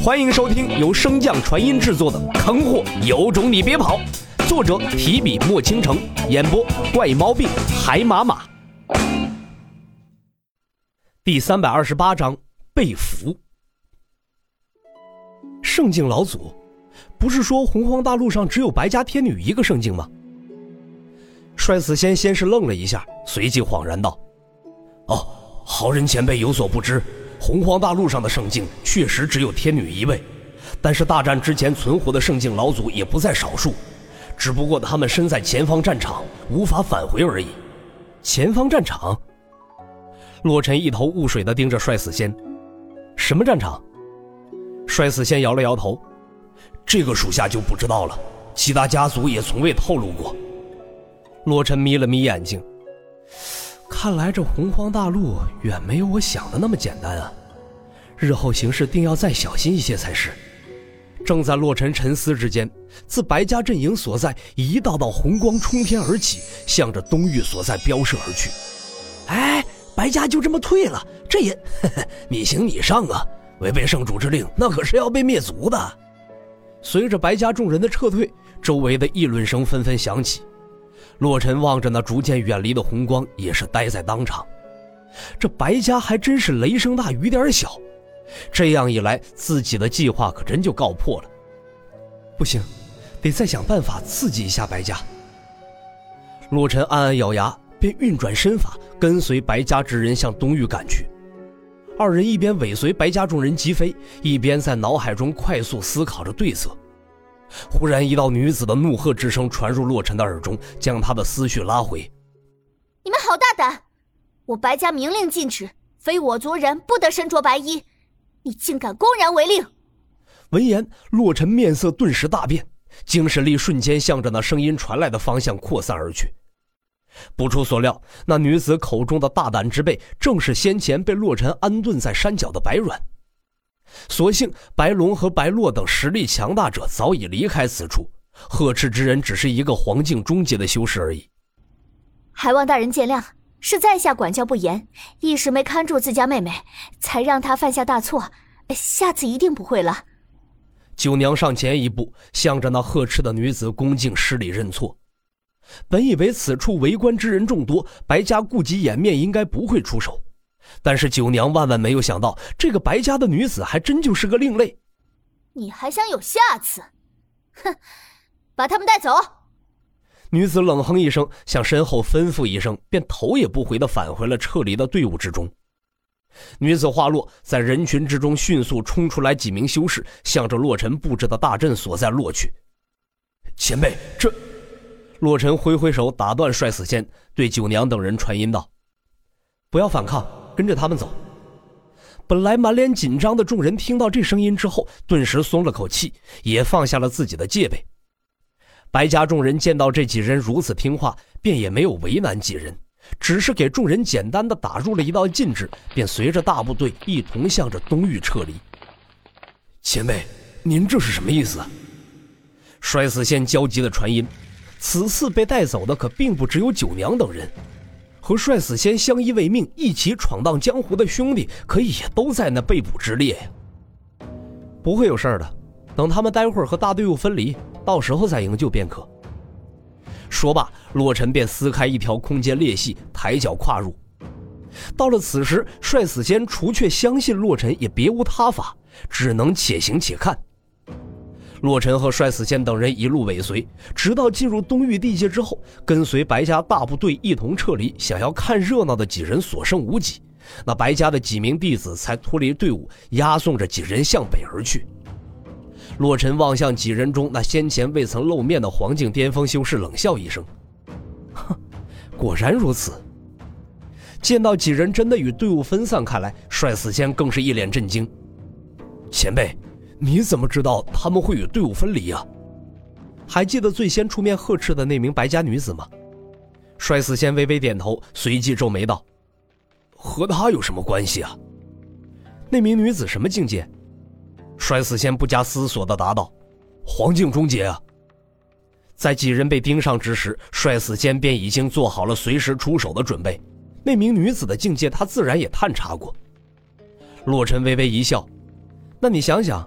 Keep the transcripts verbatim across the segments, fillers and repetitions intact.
欢迎收听由升降传音制作的《坑货有种你别跑》，作者提笔墨倾城，演播怪毛病海马马。第三百二十八章被俘。圣境老祖，不是说洪荒大陆上只有白家天女一个圣境吗？帅死仙先是愣了一下，随即恍然道：哦，豪人前辈有所不知，洪荒大陆上的圣境确实只有天女一位，但是大战之前存活的圣境老祖也不在少数，只不过他们身在前方战场，无法返回而已。前方战场？洛尘一头雾水地盯着帅死仙。什么战场？帅死仙摇了摇头，这个属下就不知道了，其他家族也从未透露过。洛尘眯了眯眼睛，看来这洪荒大陆远没有我想的那么简单啊，日后行事定要再小心一些才是。正在洛尘沉思之间，自白家阵营所在一道道红光冲天而起，向着东域所在飙射而去。哎，白家就这么退了，这也呵呵你行你上啊，违背圣主之令，那可是要被灭族的。随着白家众人的撤退，周围的议论声纷纷响起。洛尘望着那逐渐远离的红光，也是呆在当场。这白家还真是雷声大雨点小，这样一来，自己的计划可真就告破了。不行，得再想办法刺激一下白家。洛尘暗暗咬牙，便运转身法，跟随白家之人向东域赶去。二人一边尾随白家众人疾飞，一边在脑海中快速思考着对策。忽然一道女子的怒喝之声传入洛尘的耳中，将他的思绪拉回。 你们好大胆，我白家明令禁止，非我族人不得身着白衣，你竟敢公然违令！ 闻言，洛尘面色顿时大变，精神力瞬间向着那声音传来的方向扩散而去。不出所料，那女子口中的大胆之辈，正是先前被洛尘安顿在山脚的白软。所幸白龙和白洛等实力强大者早已离开此处，呵斥之人只是一个黄境中阶的修士而已。 还望大人见谅，是在下管教不严，一时没看住自家妹妹，才让她犯下大错，下次一定不会了。 九娘上前一步，向着那呵斥的女子恭敬施礼认错。本以为此处围观之人众多，白家顾及颜面应该不会出手，但是九娘万万没有想到，这个白家的女子还真就是个另类。 你还想有下次？哼，把他们带走。 女子冷哼一声，向身后吩咐一声，便头也不回地返回了撤离的队伍之中。女子话落，在人群之中迅速冲出来几名修士，向着洛尘布置的大阵所在落去。前辈，这……洛尘挥挥手打断帅死仙，对九娘等人传音道：不要反抗，跟着他们走。本来满脸紧张的众人听到这声音之后，顿时松了口气，也放下了自己的戒备。白家众人见到这几人如此听话，便也没有为难几人，只是给众人简单的打入了一道禁制，便随着大部队一同向着东域撤离。前辈，您这是什么意思？帅死仙焦急的传音。此次被带走的可并不只有九娘等人，和帅死仙相依为命一起闯荡江湖的兄弟可也都在那被捕之列呀。不会有事的，等他们待会儿和大队伍分离，到时候再营救便可。说罢，洛尘便撕开一条空间裂隙，抬脚跨入。到了此时，帅死仙除却相信洛尘也别无他法，只能且行且看。洛尘和帅死仙等人一路尾随，直到进入东域地界之后，跟随白家大部队一同撤离。想要看热闹的几人所剩无几，那白家的几名弟子才脱离队伍，押送着几人向北而去。洛尘望向几人中那先前未曾露面的黄境巅峰修士，冷笑一声：哼，果然如此。见到几人真的与队伍分散开来，帅死仙更是一脸震惊：前辈，你怎么知道他们会与队伍分离啊？还记得最先出面呵斥的那名白家女子吗？帅死仙微微点头，随即皱眉道：和她有什么关系啊？那名女子什么境界？帅死仙不加思索地答道：黄境中阶啊。在几人被盯上之时，帅死仙便已经做好了随时出手的准备。那名女子的境界他自然也探查过。洛尘微微一笑：那你想想，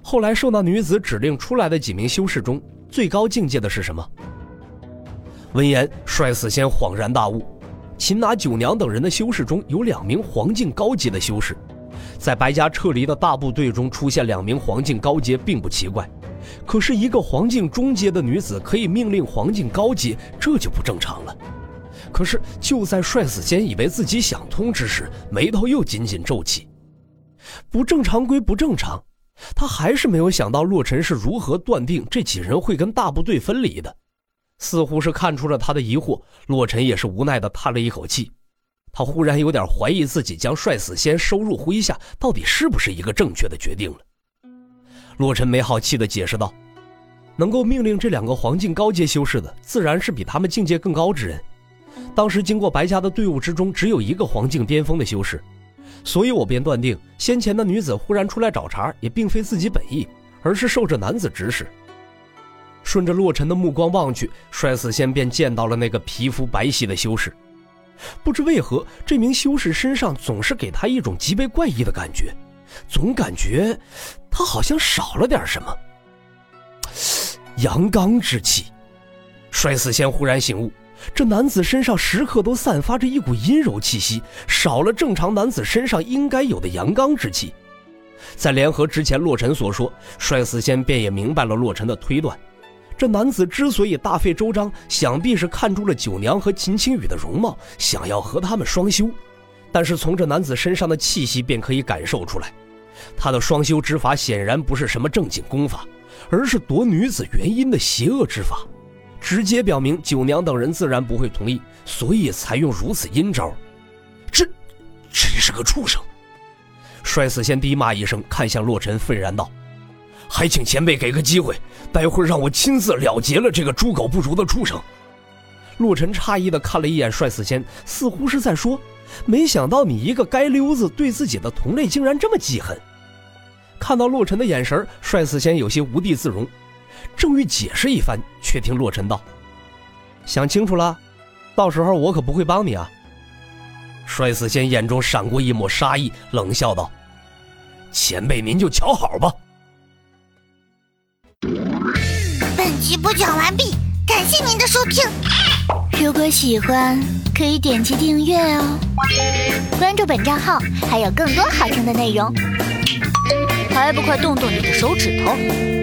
后来受那女子指令出来的几名修士中，最高境界的是什么？闻言，帅死仙恍然大悟。擒拿九娘等人的修士中有两名黄境高阶的修士，在白家撤离的大部队中出现两名黄境高阶并不奇怪，可是一个黄境中阶的女子可以命令黄境高阶，这就不正常了。可是就在帅死仙以为自己想通之时，眉头又紧紧皱起。不正常归不正常，他还是没有想到洛尘是如何断定这几人会跟大部队分离的。似乎是看出了他的疑惑，洛尘也是无奈地叹了一口气。他忽然有点怀疑自己将帅死仙收入麾下到底是不是一个正确的决定了。洛尘没好气地解释道，能够命令这两个黄境高阶修士的，自然是比他们境界更高之人。当时经过白家的队伍之中只有一个黄境巅峰的修士，所以我便断定先前的女子忽然出来找茬，也并非自己本意，而是受这男子指使。顺着洛尘的目光望去，帅死仙便见到了那个皮肤白皙的修士。不知为何，这名修士身上总是给他一种极为怪异的感觉，总感觉他好像少了点什么。阳刚之气。帅死仙忽然醒悟，这男子身上时刻都散发着一股阴柔气息，少了正常男子身上应该有的阳刚之气。在联合之前洛尘所说，帅死仙便也明白了洛尘的推断。这男子之所以大费周章，想必是看出了九娘和秦青雨的容貌，想要和他们双修。但是从这男子身上的气息便可以感受出来，他的双修之法显然不是什么正经功法，而是夺女子元阴的邪恶之法，直接表明九娘等人自然不会同意，所以才用如此阴招。这真是个畜生！帅死仙低骂一声，看向洛尘，愤然道：还请前辈给个机会，待会儿让我亲自了结了这个猪狗不如的畜生。洛尘诧异地看了一眼帅死仙，似乎是在说，没想到你一个街溜子对自己的同类竟然这么记恨。看到洛尘的眼神，帅死仙有些无地自容，正欲解释一番，却听洛尘道：想清楚了，到时候我可不会帮你啊。帅死仙眼中闪过一抹杀意，冷笑道：前辈您就瞧好吧。 本集播讲完毕，感谢您的收听。如果喜欢，可以点击订阅哦，关注本账号还有更多好听的内容。还不快动动你的手指头！